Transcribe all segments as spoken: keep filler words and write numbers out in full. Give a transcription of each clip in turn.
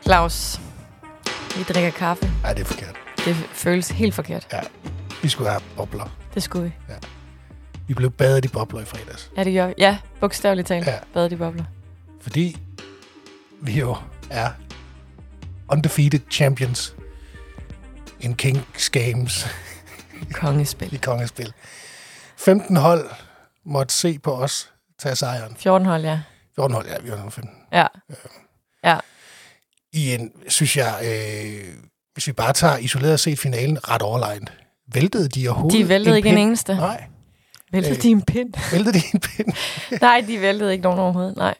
Claus, vi drikker kaffe. Nej, det er forkert. Det føles helt forkert. Ja, vi skulle have bobler. Det skulle vi. Ja. Vi blev badet i bobler i fredags. Ja, det gør vi. Ja, bogstaveligt talt. Ja. Badet i bobler. Fordi vi jo er undefeated champions in Kings Games. Kongespil. I kongespil. femten hold måtte se på os tage sejren. fjorten hold, ja. fjorten hold, ja, vi var nummer femten. Ja. Ja. I en, synes jeg, øh, hvis vi bare tager isoleret set finalen ret overlegnet, væltede de overhovedet De væltede en ikke pind? en eneste. Nej. Væltede Øh, de en pind? Væltede de en pind? Nej, de væltede ikke nogen overhovedet, nej.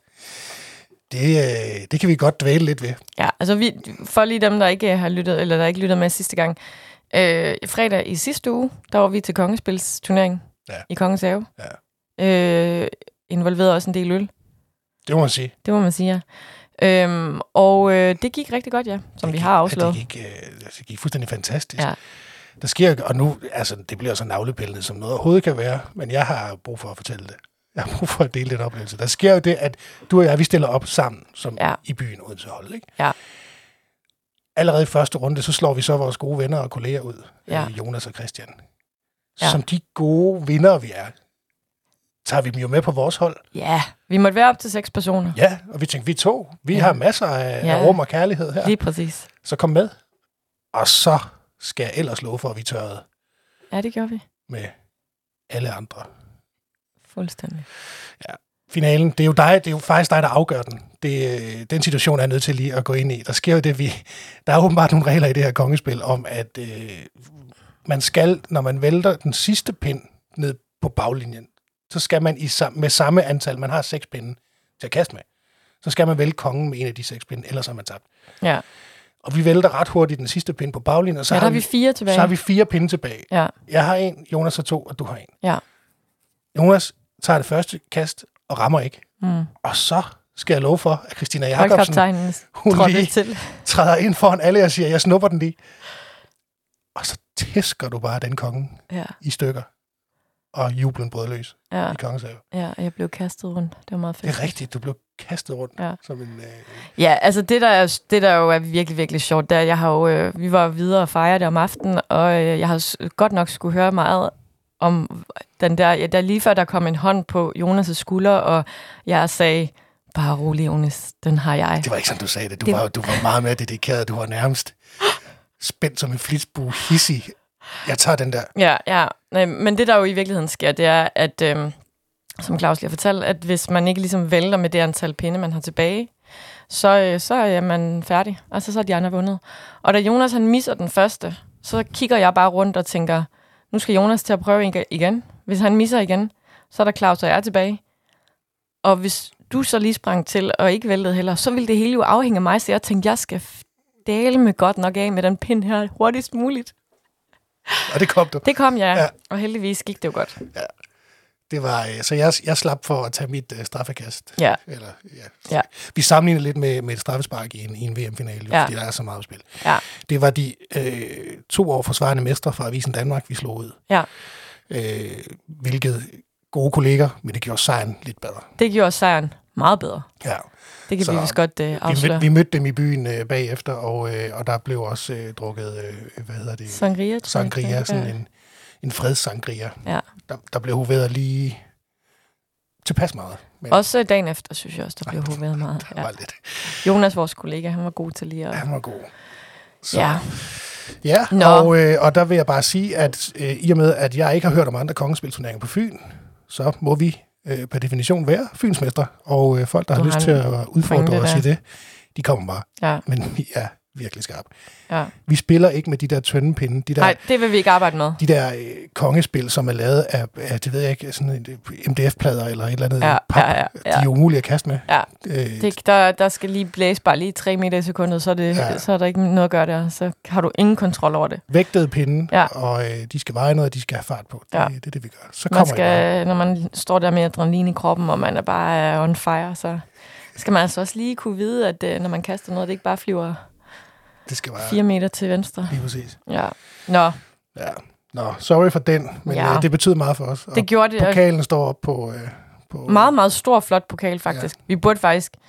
Det, øh, det kan vi godt dvæle lidt ved. Ja, altså vi, for lige dem, der ikke har lyttet, eller der ikke lyttede med sidste gang. Øh, fredag i sidste uge, der var vi til kongespilsturnering ja. i Kongens Have. Ja. Øh, involverede også en del øl. Det må man sige. Det må man sige, ja. Øhm, og øh, det gik rigtig godt, ja, som det vi gik, har afslået. Ja, det, gik, øh, det gik fuldstændig fantastisk. Ja. Der sker, og nu, altså, det bliver så navlepillende, som noget overhovedet kan være, men jeg har brug for at fortælle det. Jeg har brug for at dele den oplevelse. Der sker jo det, at du og jeg, vi stiller op sammen, som ja. i byen Odense hold, ikke? Ja. Allerede i første runde, så slår vi så vores gode venner og kolleger ud, ja. øh, Jonas og Christian. Ja. Som de gode vinder, vi er, tager vi dem jo med på vores hold. Ja, vi måtte være op til seks personer. Ja, og vi tænkte, vi to, vi ja. har masser af, ja. af rum og kærlighed her. Lige præcis. Så kom med. Og så skal jeg ellers love for, at vi tørrede. Ja, det gjorde vi. Med alle andre. Fuldstændig. Ja. Finalen, det er jo dig, det er jo faktisk dig, der afgør den. Det, den situation er jeg nødt til lige at gå ind i. Der sker jo det, vi... Der er åbenbart nogle regler i det her kongespil om, at øh, man skal, når man vælter den sidste pind ned på baglinjen, så skal man i, med samme antal, man har seks pinde til at kaste med, så skal man vælge kongen med en af de seks pinde, ellers har man tabt. Ja. Og vi vælter ret hurtigt den sidste pind på baglinjen, og så, ja, har vi fire tilbage. så har vi fire pinde tilbage. Ja. Jeg har en, Jonas har to, og du har en. Ja. Jonas tager det første kast og rammer ikke. Mm. Og så skal jeg love for, at Christina Jacobsen, hun lige til. træder ind foran alle og siger, jeg snupper den lige. Og så tæsker du bare den konge ja. i stykker. Og jublen brød løs ja. i Kongens Have. Ja, og jeg blev kastet rundt. Det var meget fedt. Det er rigtigt, du blev kastet rundt. Ja, som en, øh... ja altså det der, er, det der jo er virkelig, virkelig sjovt, der jeg har jo, øh, vi var videre og fejre det om aftenen, og øh, jeg har godt nok skulle høre meget om den der, ja, der lige før der kom en hånd på Jonas' skulder, og jeg sagde, bare rolig Jonas, den har jeg. Det var ikke sådan, du sagde det. Du, det var, var... du var meget mere dedikeret. Du var nærmest spændt som en flitsbue, hissig. Jeg tager den der. Ja, ja. Nej, men det der jo i virkeligheden sker, det er, at, øh, som Claus lige har fortalt, at hvis man ikke ligesom vælter med det antal pinde, man har tilbage, så, øh, så er man færdig. Altså, så er de andre vundet. Og da Jonas han misser den første, så kigger jeg bare rundt og tænker, nu skal Jonas til at prøve igen. Hvis han misser igen, så er der Claus og jeg tilbage. Og hvis du så lige sprang til og ikke væltede heller, så ville det hele jo afhænge af mig, så jeg tænkte, jeg skal dele med godt nok af med den pind her hurtigst muligt. Og det kom du. Det kom jeg, ja. Og heldigvis gik det jo godt. Ja. Det var, så jeg, jeg slap for at tage mit uh, straffekast. Ja. Eller, ja. Ja. Vi sammenligner lidt med, med et straffespark i en, i en V M-finale, ja. fordi der er så meget spil. Ja. Det var de øh, to år forsvarende mestre fra Avisen Danmark, vi slog ud. Ja. Øh, hvilket gode kolleger, men det gjorde sejren lidt bedre. Det gjorde sejren meget bedre. Ja. Det kan så vi vist godt øh, afsløre. Vi mødte, vi mødte dem i byen øh, bagefter, og, øh, og der blev også øh, drukket, øh, hvad hedder det? Sangria. Sangria, sådan en, en fredssangria. Ja. Der, der blev hoveret lige tilpas meget. Men også dagen efter, synes jeg også, der blev hoveret meget. Der var lidt. Jonas, vores kollega, han var god til lige at... Han var god. Så. Ja. Ja, og, øh, og der vil jeg bare sige, at øh, i og med, at jeg ikke har hørt om andre kongespilturneringer på Fyn, så må vi øh, per definition være fynsmestre, og øh, folk, der du har lyst til at udfordre os i det, de kommer bare. Ja. Men vi er virkelig skarpe. Ja. Vi spiller ikke med de der tynde pinde. De der, Nej, det vil vi ikke arbejde med. De der øh, kongespil, som er lavet af, af, det ved jeg ikke, sådan en M D F-plader eller et eller andet ja, pap, ja, ja, ja. de er umulige at kaste med. Ja. Øh, det, der, der skal lige blæse bare lige tre meter i sekundet, så er, det, ja. så er der ikke noget at gøre der. Så har du ingen kontrol over det. Vægtede pinde, ja. og øh, de skal veje noget, og de skal have fart på. Det, ja. det er det, vi gør. Så man kommer skal, når man står der med adrenalin i kroppen, og man er bare on fire, så skal man altså også lige kunne vide, at øh, når man kaster noget, det ikke bare flyver... Det skal være fire meter til venstre. Lige præcis. Ja. Nå. Ja. Nå, sorry for den, men ja. øh, det betyder meget for os. Det og gjorde det. Pokalen står op på, øh, på... Meget, meget stor, flot pokal, faktisk. Ja. Vi burde faktisk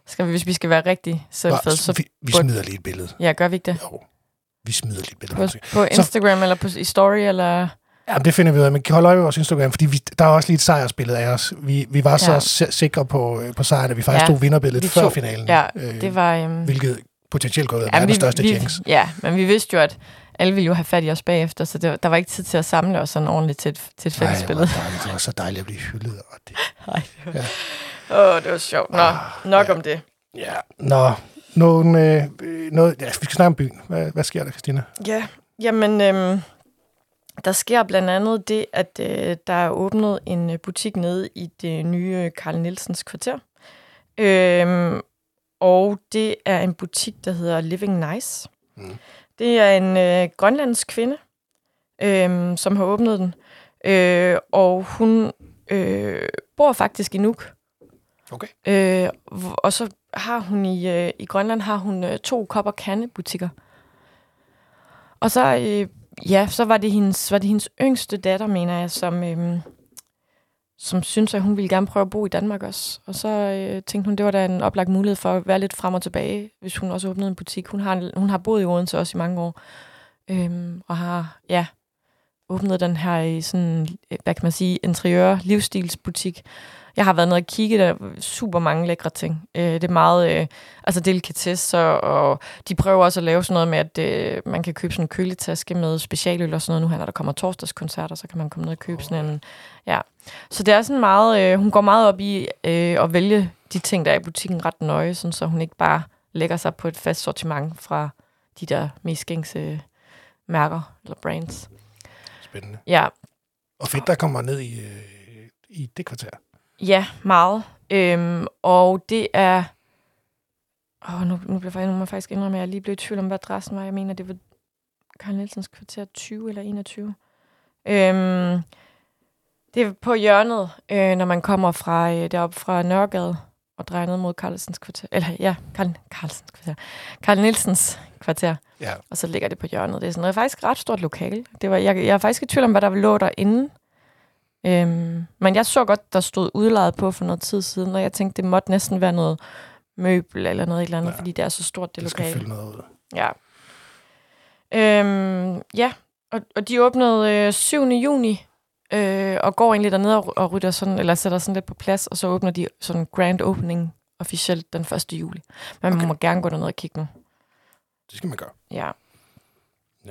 Skal vi, hvis vi skal være rigtig selvfede, så... Vi, vi smider lige et billede. Ja, gør vi ikke det? Jo, vi smider lige et billede. På, på Instagram så, eller på i story, eller... Ja, det finder vi ud af, men kan holde øje med vores Instagram, fordi vi, der er også lige et sejrsbillede af os. Vi, vi var så ja. sikre på, på sejren, at vi faktisk ja, tog vinderbilledet før finalen. Ja, øh, det var... Um... Hvilket potentielt godt være verdens største jinx. Ja, men vi vidste jo, at alle ville jo have fat i os bagefter, så det, der var ikke tid til at samle os sådan ordentligt til et, til et fælles billede. Det, det var så dejligt at blive hyldet. Og det, Ej, det var... Ja. Åh, det var sjovt. Nå, ah, nok ja. om det. Ja, nå. Nogle, øh, noget, ja, vi skal snakke om byen. Hvad, hvad sker der, Christina? Ja, jamen... Øhm, der sker blandt andet det, at øh, der er åbnet en butik nede i det nye Carl Nielsens kvarter. Øhm, og det er en butik, der hedder Living Nice. Mm. Det er en øh, grønlandsk kvinde, øh, som har åbnet den. Øh, og hun øh, bor faktisk i Nuuk. Okay. Øh, og så har hun i, øh, i Grønland har hun øh, to kopper kande-butikker. Og så... Øh, Ja, så var det hendes, var det hendes yngste datter, mener jeg, som, øhm, som synes, at hun ville gerne prøve at bo i Danmark også. Og så øh, tænkte hun, det var da en oplagt mulighed for at være lidt frem og tilbage, hvis hun også åbnede en butik. Hun har, hun har boet i Odense også i mange år, øhm, og har ja, åbnet den her i sådan, hvad kan man sige, interiør, livsstilsbutik. Jeg har været nede og kigge, der er super mange lækre ting. Øh, det er meget, øh, altså delikatesser, og de prøver også at lave sådan noget med, at øh, man kan købe sådan en køletaske med specialøl og sådan noget. Nu her, når der kommer torsdagskoncerter, så kan man komme ned og købe sådan en, ja. Så det er sådan meget, øh, hun går meget op i øh, at vælge de ting, der er i butikken ret nøje, sådan, så hun ikke bare lægger sig på et fast sortiment fra de der mest gængse mærker eller brands. Spændende. Ja. Og fedt, der kommer ned i, øh, i det kvarter. Ja, meget. Øhm, og det er... Åh, nu, nu, bliver jeg, nu må jeg faktisk indrømme, at jeg lige blev i tvivl om, hvad adressen var. Jeg mener, det var Carl Nielsens kvarter tyve eller enogtyve. Øhm, det er på hjørnet, øh, når man kommer fra øh, deroppe fra Nørregade og drejer ned mod Carlsens kvarter. Eller ja, Carl, Carlsens kvarter. Carl Nielsens kvarter. Ja. Og så ligger det på hjørnet. Det er sådan noget faktisk ret stort lokale. Det var, jeg, jeg er faktisk i tvivl om, hvad der lå derinde. Øhm, men jeg så godt, der stod udlejet på for noget tid siden, og jeg tænkte, det måtte næsten være noget møbel eller noget eller andet, ja, fordi det er så stort, det, det lokale. Det skal fylde noget ud. Ja. Øhm, ja, og, og de åbnede øh, syvende juni, øh, og går egentlig dernede og, og rytter sådan, eller sætter sådan lidt på plads, og så åbner de sådan grand opening officielt den første juli. Men okay, man må gerne gå derned og kigge nu. Det skal man gøre. Ja. Ja.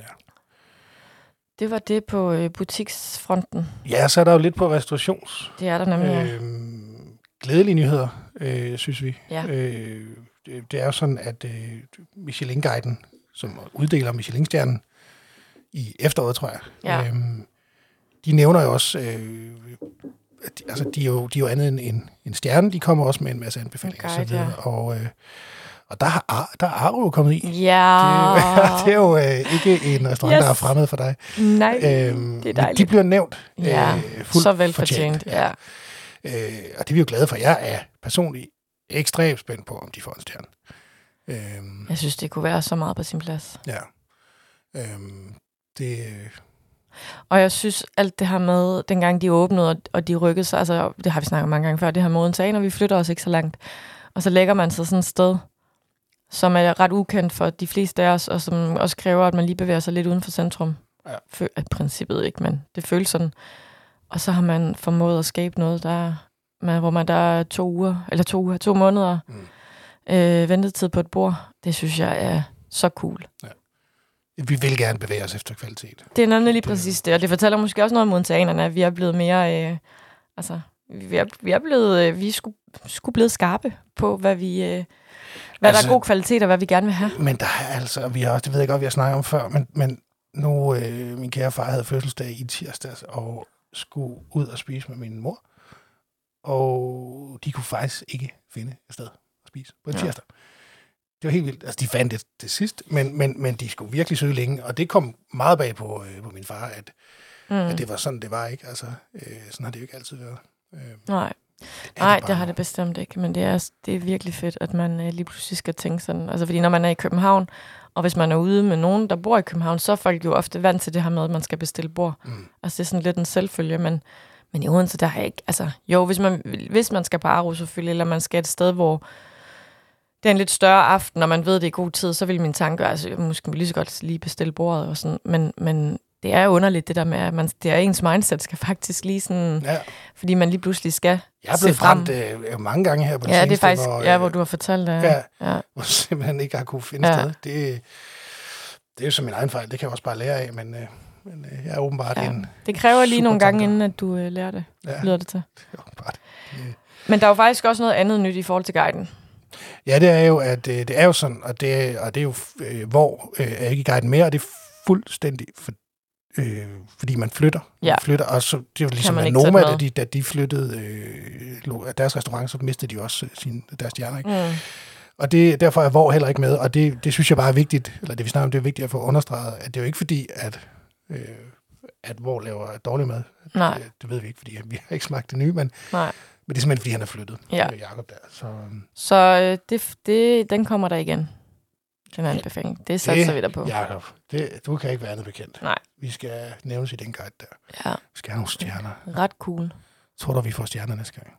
Det var det på øh, butiksfronten. Ja, så er der jo lidt på restaurations. Det er der nemlig. Øhm, glædelige nyheder, øh, synes vi. Ja. Øh, det, det er jo sådan, at øh, Michelin-guiden, som uddeler Michelin-stjernen i efteråret, tror jeg, ja, øh, de nævner jo også, øh, at de, altså, de er, jo, de er jo andet end en, en stjerne, de kommer også med en masse anbefalinger. Okay, og så videre, ja. og, øh, og der har, der er Aro jo kommet i. Ja. Det, det er jo øh, ikke en restaurant, yes, der er fremmed for dig. Nej, øhm, det er dejligt. De bliver nævnt. Ja, øh, fuldt så velfortjent. Ja. Ja. Øh, og det er vi jo glade for. Jeg er personligt ekstremt spændt på, om de får en stjerne. Øhm, jeg synes, det kunne være så meget på sin plads. Ja. Øhm, det... Og jeg synes, alt det her med, dengang de åbnede, og de rykkede sig, altså det har vi snakket mange gange før, det her med Odense, når vi flytter os ikke så langt. Og så lægger man sig sådan et sted, som er ret ukendt for de fleste af os, og som også kræver, at man lige bevæger sig lidt uden for centrum. Ja. Fø- I princippet ikke, men det føles sådan. Og så har man formået at skabe noget, der, man, hvor man der er to uger, eller to uger, to måneder mm. øh, ventetid på et bord. Det synes jeg er så cool. Ja. Vi vil gerne bevæge os efter kvalitet. Det er nemlig lige præcis det, og det fortæller måske også noget om odenseanerne, at vi er blevet mere, øh, altså, vi er, vi er blevet, øh, vi er sgu, sgu blevet skarpe på, hvad vi, øh, hvad altså, der er god kvalitet, og hvad vi gerne vil have. Men der er altså, vi har, det ved jeg godt, vi har snakket om før, men, men nu, øh, min kære far havde fødselsdag i tirsdags, og skulle ud og spise med min mor, og de kunne faktisk ikke finde et sted at spise på en tirsdag. Ja. Det var helt vildt. Altså, de fandt det til sidst, men, men, men de skulle virkelig søge længe, og det kom meget bag på, øh, på min far, at, mm. at det var sådan, det var, ikke? Altså, øh, sådan har det jo ikke altid været. Øh, Nej, Nej det, det har det bestemt ikke, men det er, det er virkelig fedt, at man øh, lige pludselig skal tænke sådan. Altså, fordi når man er i København, og hvis man er ude med nogen, der bor i København, så er folk jo ofte vant til det her med, at man skal bestille bord. Mm. Altså, det er sådan lidt en selvfølge, men, men i Odense, der har jeg ikke... Altså, jo, hvis man, hvis man skal på Aro selvfølgelig, eller man skal et sted, hvor det er en lidt større aften, når man ved, det er god tid, så vil min tanke, altså måske lige så godt lige bestille bordet og sådan, men, men det er underligt det der med, at man, det er ens mindset skal faktisk lige sådan, ja. Fordi man lige pludselig skal Jeg er blevet brændt øh, mange gange her på det ja, seneste. Det er faktisk, hvor, øh, ja, hvor du har fortalt det. Ja, ja, hvor simpelthen ikke har kunne finde ja. sted. Det, det er jo som min egen fejl, det kan jeg også bare lære af, men, øh, men øh, jeg er åbenbart ja. en det kræver lige nogle gange, tanker. inden at du øh, lærer det, ja. lyder det til. Det er åbenbart. Det, men der er jo faktisk også noget andet nyt i forhold til guiden. Ja, det er jo, at øh, det er jo sådan, og det, og det er jo, øh, hvor øh, er ikke guiden mere, og det er fuldstændig for, Øh, fordi man flytter. Ja. Man flytter, og så, det var ligesom, at Noma, da de, da de flyttede øh, deres restaurant, så mistede de også sin, deres stjerner. Ikke? Mm. Og det, derfor er Hvor heller ikke med, og det, det synes jeg bare er vigtigt, eller det vi snakker om, det er vigtigt at få understreget, at det er jo ikke fordi, at, øh, at Hvor laver dårlig mad. Nej. Det, det ved vi ikke, fordi vi har ikke smagt det nye, men, Nej. men det er simpelthen, fordi han er flyttet. Ja. Øh, Jacob der. Så, så øh, det, det, den kommer der igen. Den anbefaling. Det satser vi der på. Jacob, det, du kan ikke være andet bekendt. Nej. Vi skal nævnes i den guide der. Ja. Vi skal have nogle stjerner. Ret cool. Tror du, vi får stjerner næste gang?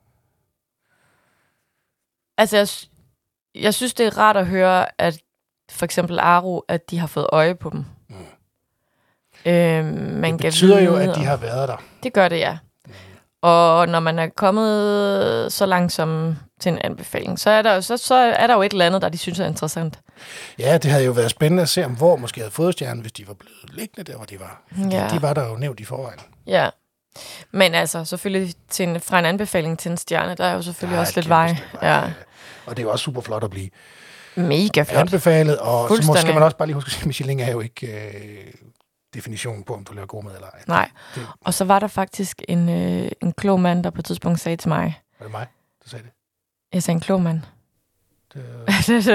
Altså, jeg, jeg synes, det er rart at høre, at for eksempel Aro, at de har fået øje på dem. Mm. Øhm, man det betyder vide, jo, at de har været der. Det gør det, ja. Mm. Og når man er kommet så langt som til en anbefaling, så er der jo, så, så er der jo et eller andet, der de synes er interessant. Ja, det havde jo været spændende at se, om Hvor måske havde fået stjernen, hvis de var blevet liggende der, hvor de var. Ja. De var der jo nævnt i forvejen. Ja, men altså selvfølgelig til en, fra en anbefaling til en stjerne, der er jo selvfølgelig ja, også lidt vej. vej. Ja. Og det er jo også super flot at blive mega flot. Anbefalet, og så måske man også bare lige huske at sige, at Michelin er jo ikke øh, definitionen på, om du laver god mad eller ej. Nej, det, og så var der faktisk en, øh, en klog mand, der på et tidspunkt sagde til mig. Var det mig, der sagde det? Jeg sagde en klog mand. Det,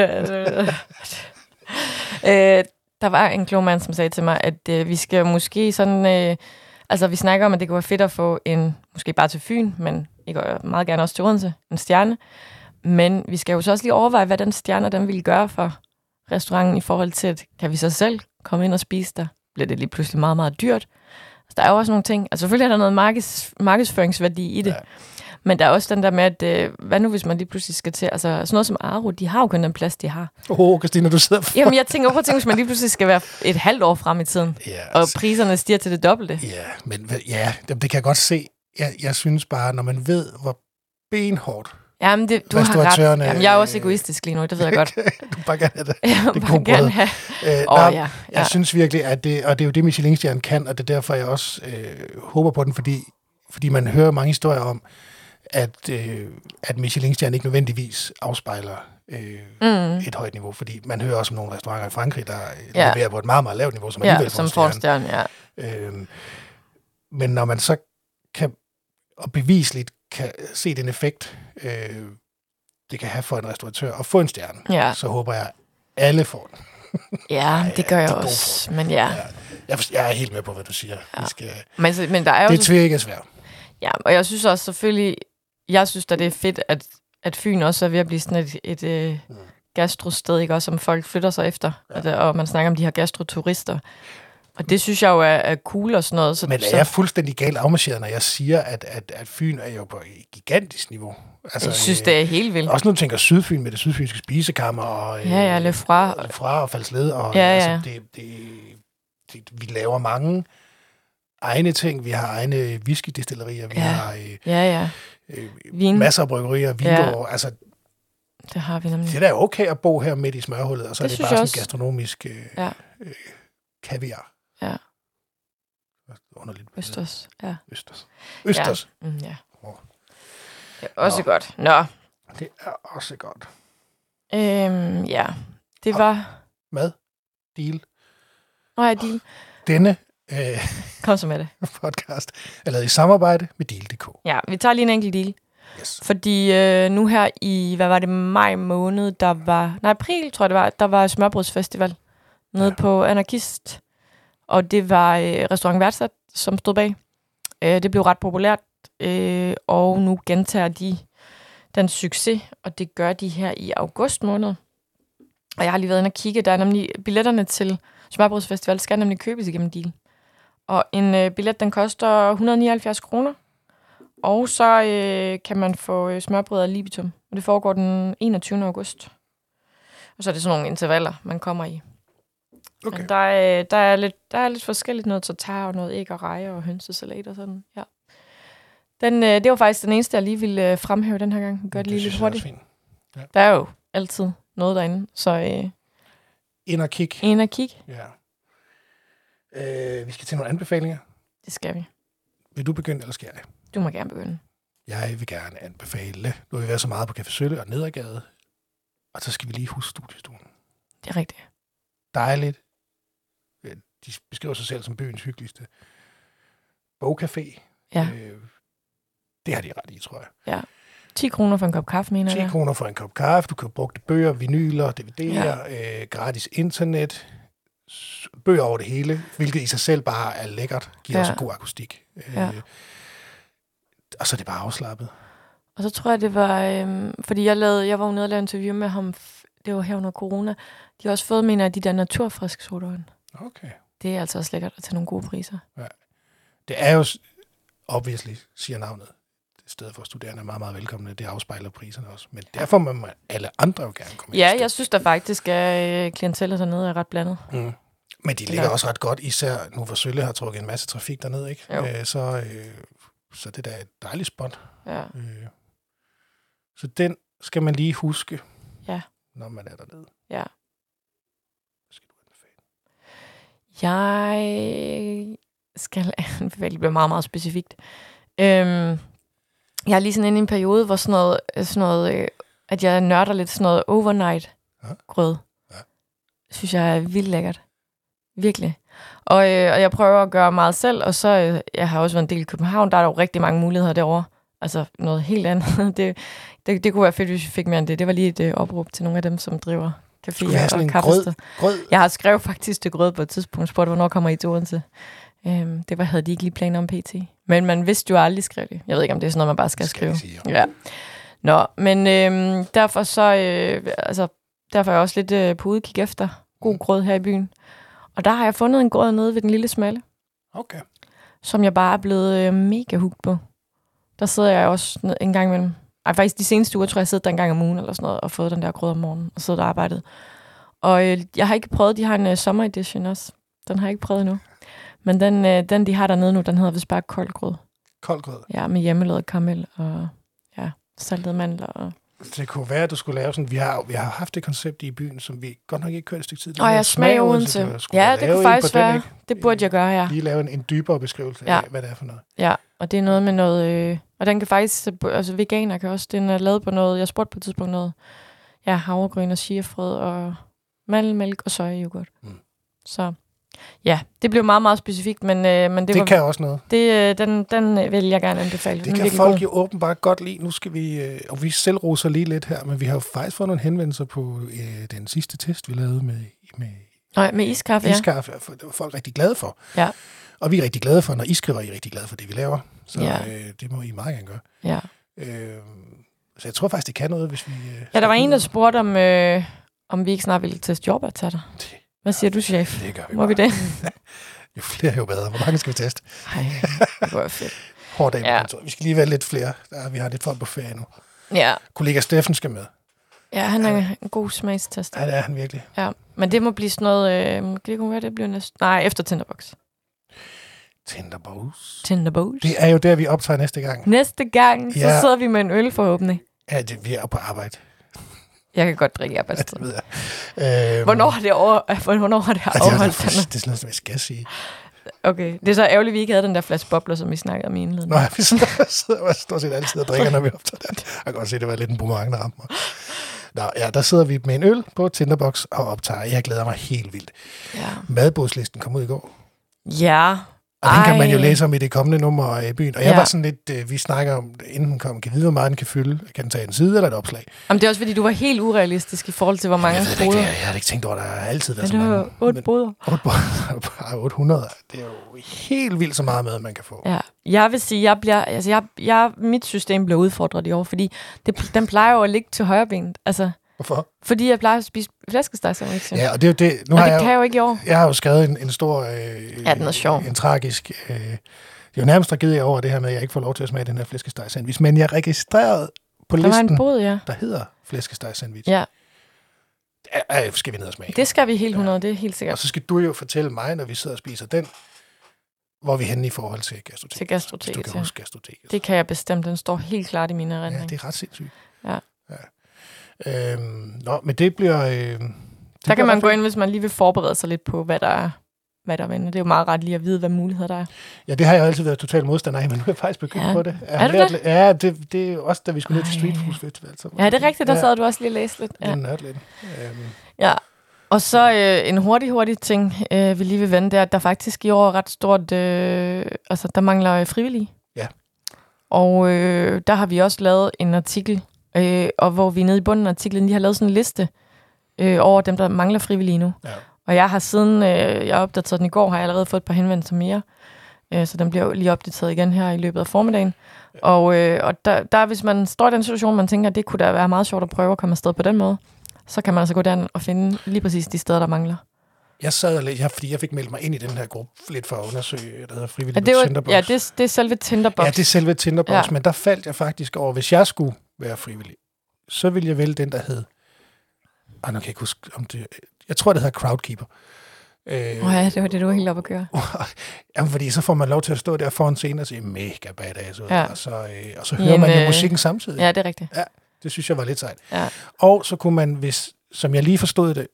øh, der var en klog mand, som sagde til mig, at øh, vi skal måske sådan... Øh, altså, vi snakker om, at det kunne være fedt at få en... Måske bare til Fyn, men ikke meget gerne også til Odense. En stjerne. Men vi skal jo så også lige overveje, hvad den stjerne, den ville gøre for restauranten i forhold til, at kan vi så selv komme ind og spise der? Bliver det lige pludselig meget, meget dyrt? Altså, der er jo også nogle ting... Altså, selvfølgelig er der noget markeds, markedsføringsværdi i det. Ja. Men der er også den der med, at øh, hvad nu, hvis man lige pludselig skal til... Altså, sådan noget som Aro, de har jo kun den plads, de har. Åh, oh, Christina, du sidder for... Jamen, jeg tænker på, at hvis man lige pludselig skal være et halvt år frem i tiden, ja, altså, og priserne stiger til det dobbelte. Ja, men ja, det kan jeg godt se. Jeg, jeg synes bare, når man ved, hvor benhårdt Jamen, det, du har ret. Jamen, jeg er også egoistisk lige nu, det ved jeg godt. Du bare gerne have det. Jeg vil det bare gerne have... Øh, oh, der, ja, ja. Jeg synes virkelig, at det... Og det er jo det, Michelin-stjernen kan, og det er derfor, jeg også øh, håber på den, fordi, fordi man hører mange historier om, at, øh, at Michelin-stjernen ikke nødvendigvis afspejler øh, mm. et højt niveau, fordi man hører også om nogle restauranter i Frankrig, der ja. leverer på et meget, meget lavt niveau, som alligevel ja, får en stjerne. Ja. Øh, men når man så kan, og bevisligt kan se den effekt, øh, det kan have for en restauratør at få en stjerne, ja. så håber jeg, alle får den. Ja, det gør jeg også, men ja. ja jeg, jeg er helt med på, hvad du siger. Ja. Vi skal, men, men der er jo det er tvæk af svært. Ja, og jeg synes også selvfølgelig, jeg synes da det er fedt, at, at Fyn også er ved at blive sådan et, et, et mm. gastrosted, ikke også, som folk flytter sig efter, ja. at, og man snakker om de her gastroturister. Og det synes jeg jo er, er cool og sådan noget. Så, men er jeg fuldstændig galt afmarcheret, når jeg siger, at, at, at Fyn er jo på et gigantisk niveau? Altså, jeg synes, det er helt vildt. Også når du tænker Sydfyn med det sydfynske spisekammer, og ja, ja, Lefra. Lefra og Falsled, og ja, ja. Altså, det, det, det, vi laver mange egne ting. Vi har egne whiskydestillerier, vi ja. har øh, ja, ja. Øh, masser af bryggerier, vingård, ja. altså det har vi nemlig. Det er da okay at bo her midt i smørhullet, og så det er det bare sådan også. gastronomisk øh, ja. øh, kaviar. Ja. Underligt. Østers, ja. Østers. Østers. Ja. Mm, ja. Oh. Det er også Nå. godt. Nå. Det er også godt. Øhm, ja. Det var... Mad. Deal. Nå ja, deal. Denne øh, Kom så med det. podcast er lavet i samarbejde med deal punktum d k. Ja, vi tager lige en enkelt deal. Yes. Fordi øh, nu her i, hvad var det, maj måned, der var... Nej, april, tror jeg det var, der var smørbrødsfestival nede ja. på Anarkist. Og det var øh, restaurant Værtsat, som stod bag. Øh, det blev ret populært, øh, og nu gentager de den succes, og det gør de her i august måned. Og jeg har lige været inde og kigge, der er nemlig billetterne til smørbrødsfestival, skal nemlig købes igennem deal. Og en øh, billet, den koster et hundrede og nioghalvfjerds kroner, og så øh, kan man få øh, smørbrød af Libitum, og det foregår den enogtyvende august. Og så er det sådan nogle intervaller, man kommer i. Okay. Men der er, der, er lidt, der er lidt forskelligt noget tartar og noget æg og rejer og hønsesalat og sådan, ja. Den, øh, det var faktisk den eneste, jeg lige ville øh, fremhæve den her gang. Gør det, det lige lidt hurtigt. Ja. Der er jo altid noget derinde, så... Øh, ind og kig. Ind og kig. Ja. Øh, vi skal til nogle anbefalinger. Det skal vi. Vil du begynde, eller skal jeg? Du må gerne begynde. Jeg vil gerne anbefale. Nu har vi været så meget på Café Sølle og Nedergade. Og så skal vi lige huske studiestuen. Det er rigtigt. Dejligt. De beskriver sig selv som byens hyggeligste bogcafé. Ja. Øh, det har de ret i, tror jeg. Ja. ti kroner for en kop kaffe, mener jeg. ti kroner for en kop kaffe. Du kan bruge bøger, vinyler, D V D'er, ja. øh, gratis internet, bøger over det hele, hvilket i sig selv bare er lækkert. Giver ja. også god akustik. Ja. Øh, og så er det bare afslappet. Og så tror jeg, det var... Øhm, fordi jeg, lavede, jeg var jo nede og lavede interview med ham. Det var her under corona. De har også fået, mener jeg, de der naturfrisk sodavand. Okay. Det er altså også lækkert at tage nogle gode priser. Ja. Det er jo, obviously, siger navnet, det sted for studerende er meget, meget velkomne. Det afspejler priserne også. Men derfor må man alle andre jo gerne komme Ja, jeg synes der faktisk, at øh, klientellet dernede er ret blandet. Mm. Men de ligger ja. også ret godt, især nu hvor Sølle har trukket en masse trafik dernede, ikke? Øh, så, øh, så det der er et dejligt spot. Ja. Øh, så den skal man lige huske, ja. når man er dernede. Ja. Hvad skal du anbefale? Jeg skal anbefale, det bliver meget, meget specifikt. Øhm, jeg er lige sådan inde i en periode, hvor sådan noget, sådan noget øh, at jeg nørder lidt sådan noget overnight grød. Ja. Ja. Synes jeg er vildt lækkert. Virkelig. Og, øh, og jeg prøver at gøre meget selv, og så øh, jeg har også været en del i København, der er jo rigtig mange muligheder derovre. Altså noget helt andet. det, det, det kunne være fedt, hvis vi fik mere end det. Det var lige et øh, opråb til nogle af dem, som driver caféer og kaffesteder. Jeg har skrevet faktisk det grød på et tidspunkt, spurgte, hvornår kommer I til Odense? Øhm, det var, havde de ikke lige planer om P T. Men man vidste jo aldrig skrev det. Jeg ved ikke, om det er sådan noget, man bare skal, skal skrive. Sige, ja. Nå, men øhm, derfor så, øh, altså, derfor er jeg også lidt øh, på udkig efter god grød her i byen. Og der har jeg fundet en grød nede ved den lille smalle. Okay. Som jeg bare er blevet øh, mega hooked på. Der sidder jeg også en gang imellem. Ej, faktisk de seneste uger, tror jeg, jeg sidder der en gang om ugen eller sådan noget, og fået den der grød om morgenen, og sidder der og arbejdet. Og øh, jeg har ikke prøvet, de har en uh, summer edition også. Den har jeg ikke prøvet endnu. Men den, øh, den de har dernede nu, den hedder vist bare kold grød. Kold grød? Ja, med hjemmelavet karamel og ja, saltede mandler. Og det kunne være, at du skulle lave sådan... Vi har, vi har haft det koncept i byen, som vi godt nok ikke kørt et stykke tid. Og jeg smager Odense. Ja, det kunne faktisk være. Den, det burde jeg gøre, ja. Lige lave en, en dybere beskrivelse ja. af, hvad det er for noget. Ja, og det er noget med noget... Øh, og den kan faktisk... Altså veganer kan også... Den er lavet på noget... Jeg spurgte på et tidspunkt noget... Ja, havregryn og chiafrød og mandelmælk og sojayoghurt. Mm. Så... Ja, det blev meget, meget specifikt, men, øh, men det, det var, kan også noget. Det, øh, den, den vil jeg gerne anbefale. Det kan folk jo åbenbart godt lide. Nu skal vi, øh, og vi selv roser lige lidt her, men vi har jo faktisk fået nogle henvendelser på øh, den sidste test, vi lavede med, med, Nå, med iskaffe, ja. Iskaffe, det var folk rigtig glade for. Ja. Og vi er rigtig glade for, når I skriver, I er rigtig glade for det, vi laver. Så ja. øh, det må I meget gerne gøre. Ja. Øh, så jeg tror faktisk, det kan noget, hvis vi... Øh, ja, der var en, der spurgte, om, øh, om vi ikke snart ville teste jordbærtatter. Hvad siger du, chef? Det gør vi Må vi det? Jo flere, jo bedre. Hvor mange skal vi teste? Ej, det var fedt. Hård dag på ja. Vi skal lige være lidt flere. Der, vi har lidt folk på ferie nu. Ja. Kollega Steffen skal med. Ja, han er en god smagstester. Ja, det er han virkelig. Ja, men det må blive sådan noget... Øh, det kunne være, det bliver næste... Nej, efter Tinderbox. Tinderbox? Tinderbox. Det er jo der, vi optager næste gang. Næste gang, ja. Så sidder vi med en øl forhåbentlig. Ja, det, vi er på arbejde. Jeg kan godt drikke arbejdstid. Ja, det ved jeg. Øhm, hvornår har det over, hvornår har det overholdt sig? Det er sådan noget, jeg skal sige. Okay, det er så ærgerligt, at vi ikke havde den der flaske bobler, som vi snakkede om i indledningen. Nej, vi sidder stort set altid og drikker, når vi optager der. Jeg kan godt se, at det var lidt en boomerang, der ramte mig. Nå, ja, der sidder vi med en øl på Tinderbox og optager. Jeg glæder mig helt vildt. Ja. Madbodslisten kom ud i går. Ja. Og den kan man jo læse om i det kommende nummer i byen. Og jeg ja. var sådan lidt, øh, vi snakker om, inden den kom, kan vide, hvor meget den kan fylde. Kan den tage en side eller et opslag? Jamen, det er også, fordi du var helt urealistisk i forhold til, hvor mange boder. Jeg, jeg havde ikke tænkt over, at der har altid været så mange. Det var otte boder. otte hundrede. Det er jo helt vildt så meget mad, man kan få. Ja, jeg vil sige, jeg bliver, altså jeg, jeg, mit system bliver udfordret i år, fordi det, den plejer jo at ligge til højrebenet. Altså, hvorfor? Fordi jeg plejer at spise flæskestegsandwich. Ja, og det er jo det. Nu og har det jeg, kan jeg jo ikke i år. Jeg har jo skrevet en, en stor... Øh, ja, den er sjov. En tragisk... Øh, det er jo nærmest tragedie over det her med, at jeg ikke får lov til at smage den her flæskestegsandwich. Men jeg er registreret på der listen, var en bod, ja. der hedder flæskestegsandwich. Ja. Det Ja, øh, skal vi ned og smage. Det skal vi helt hundrede, ja. Det er helt sikkert. Og så skal du jo fortælle mig, når vi sidder og spiser den, hvor vi er henne i forhold til gastroteket. Til gastroteket, du kan ja. huske gastroteket. Det kan jeg bestemt. Den står helt klart i mine erindringer. Ja, det er ret sindssygt. Ja. ja. Øhm, nå, men det bliver... Øh, det der kan man gå ind, hvis man lige vil forberede sig lidt på, hvad der er. Hvad der vender. Det er jo meget ret lige at vide, hvad muligheder der er. Ja, det har jeg altid været totalt modstander af, men nu er jeg faktisk begyndt ja. på det. Jeg er du lært, det? Ja, det, det er jo også, da vi skulle ned til Street Food Festival. Så ja, det er rigtigt. Der ja. sad du også lige og læste lidt. Ja. Det er lidt. Um. Ja, og så øh, en hurtig, hurtig ting, øh, vi lige vil vende, det er, at der faktisk i år er ret stort... Øh, altså, der mangler øh, frivillige. Ja. Og øh, der har vi også lavet en artikel, øh, og hvor vi nede i bunden af artiklen, de har lavet sådan en liste øh, over dem, der mangler frivillige nu. Ja. Og jeg har siden, øh, jeg opdateret den i går, har jeg allerede fået et par henvendelser mere. Øh, så den bliver lige opdateret igen her i løbet af formiddagen. Ja. Og, øh, og der, der, hvis man står i den situation, man tænker, at det kunne da være meget sjovt at prøve at komme afsted på den måde, så kan man altså gå derind og finde lige præcis de steder, der mangler. Jeg sad og læste, fordi jeg fik meldt mig ind i den her gruppe lidt for at undersøge, der hedder frivillige ja, på Tinderbox. Ja, det, det er selve Tinderbox. Ja, det er selve Tinderbox, ja. Men der faldt jeg faktisk over, hvis jeg skulle være frivillig, så ville jeg vælge den, der hed... Ej, nu kan jeg ikke huske, om det... Jeg tror, det hedder Crowdkeeper. Åh øh, oh ja, det var det, du var helt oppe at køre. Jamen, fordi så får man lov til at stå der foran scenen og se mega badass ud, ja. og, så, øh, og så hører Jamen, man jo musikken samtidig. Ja, det er rigtigt. Ja, det synes jeg var lidt sejt. Ja. Og så kunne man, hvis, som jeg lige forstod det,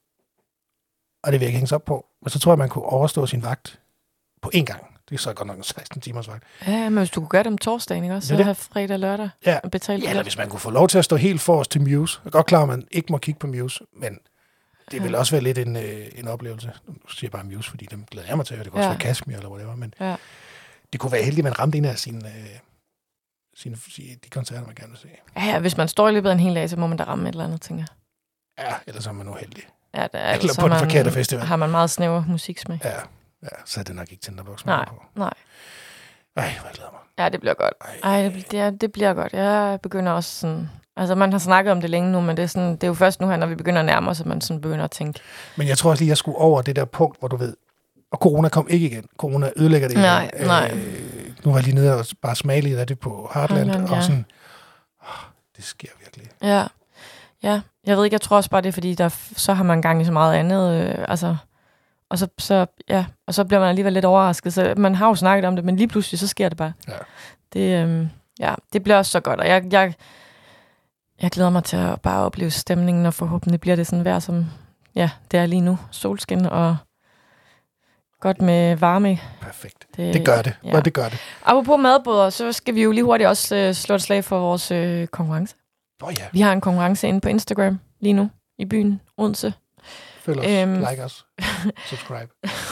og det vil jeg ikke hænge op på, men så tror jeg, man kunne overstå sin vagt på én gang. Det er så godt nok en seksten timers vagt. Ja, men hvis du kunne gøre det om torsdagen, ikke også? Så have fredag og lørdag ja. og betale ja, eller hvis man kunne få lov til at stå helt forrest til Muse. Jeg er godt klar, at man ikke må kigge på Muse, men det vil ja. også være lidt en, øh, en oplevelse. Nu siger jeg bare Muse, fordi dem glæder jeg mig til, og det kan også ja. være Kashmir eller whatever, men ja. det kunne være heldigt, at man ramte en af sine, øh, sine, de koncerter, man gerne vil se. Ja, ja, hvis man står i løbet af en hel dag, så må man da ramme et eller andet, tænker jeg. Ja, ellers er man uheldig. Ja, det er, eller på den forkerte festival. Har man meget snæver musiksmag. Ja, ja, så er det nok ikke Tinderbox. Nej, på. nej. Ej, hvor jeg glæder mig. Ja, det bliver godt. Ej, det, det, er, det bliver godt. Jeg begynder også sådan... Altså, man har snakket om det længe nu, men det er, sådan, det er jo først nu her, når vi begynder at nærme os, at man sådan begynder at tænke. Men jeg tror også lige, jeg skulle over det der punkt, hvor du ved, og corona kom ikke igen. Corona ødelægger det igen. Nej, nej. Øh, nu var jeg lige nede og bare smage lidt af det på Heartland, Heartland og sådan, ja. oh, det sker virkelig. Ja, ja. Jeg ved ikke, jeg tror også bare, det er, fordi der, så har man gang i så meget andet, øh, altså... Og så, så, ja, og så bliver man alligevel lidt overrasket. Så man har jo snakket om det, men lige pludselig, så sker det bare. Ja. Det, øhm, ja, det bliver også så godt, og jeg, jeg, jeg glæder mig til at bare opleve stemningen, og forhåbentlig bliver det sådan vejr, som ja, det er lige nu. Solskin og godt med varme. Perfekt. Det, det gør det. Ja. Og det gør det. Apropos madboder, så skal vi jo lige hurtigt også øh, slå et slag for vores øh, konkurrence. Oh, ja. Vi har en konkurrence inde på Instagram lige nu i byen Odense. Følg os, øhm, like os, subscribe.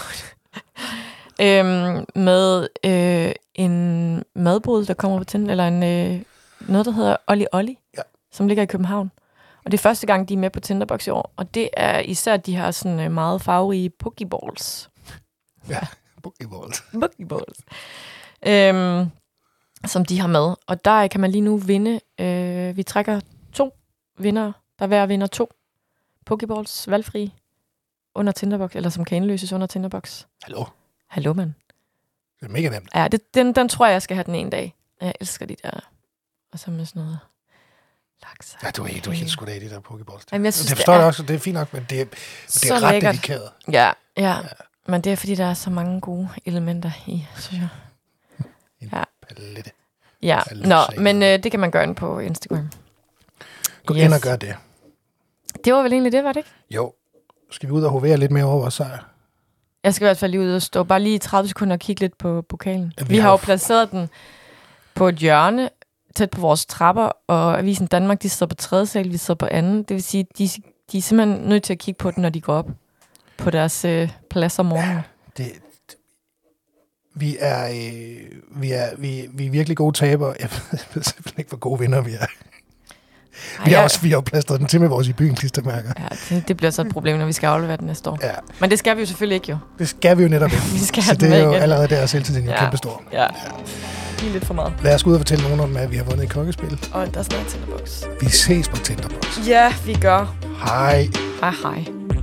øhm, med øh, en madbod, der kommer på Tinder, eller en, øh, noget, der hedder Olli Olli, ja. Som ligger i København. Og det er første gang, de er med på Tinderbox i år. Og det er især de her sådan, øh, meget farverige pokeballs. Ja, pokeballs. Pokeballs. øhm, som de har med. Og der kan man lige nu vinde. Øh, vi trækker to vindere. Der hver vinder to pokeballs, valgfri, under Tinderbox, eller som kan indløses under Tinderbox. Hallo? Hallo, mand. Det er mega nemt. Ja, det, den, den tror jeg, jeg skal have den en dag. Jeg elsker de der. Og så med sådan noget laks. Ja, du er, du er helt skudt af de der pokeballs. Jamen, jeg synes, det forstår jeg er, også, det er fint nok, men det er, det er ret lækkert. dedikeret. Ja, ja, ja. Men det er, fordi der er så mange gode elementer i, synes jeg. En ja. palette. Ja, nå, men øh, det kan man gøre ind på Instagram. Gå yes. ind og gør det. Det var vel egentlig det, var det ikke? Jo. Skal vi ud og hovere lidt mere over vores sejr? Jeg skal i hvert fald lige ud og stå bare lige i tredive sekunder og kigge lidt på pokalen. Ja, vi, vi har jo placeret den på et hjørne, tæt på vores trapper, og Avisen Danmark, de står på tredje sal, vi står på anden. Det vil sige, de, de er simpelthen nødt til at kigge på den, når de går op på deres øh, plads om morgenen. Ja, det, det, vi, er, øh, vi, er, vi, vi er virkelig gode tabere. Jeg ved simpelthen ikke, hvor gode vinder vi er. Vi har, også, vi har jo plastret den til med vores i byen klistermærker. Ja, det, det bliver så et problem, når vi skal aflevere den næste år. Ja. Men det skal vi jo selvfølgelig ikke, jo. Det skal vi jo netop ikke. vi skal så det er jo igen. Allerede der selvtilliden ja. kæmpe stor. Ja. ja. Lige lidt for meget. Lad os gå ud og fortælle nogen om, at vi har vundet i kokkespil. Og der er snart Tinderbox. Vi ses på Tinderbox. Ja, vi gør. Hej. Hej, hej.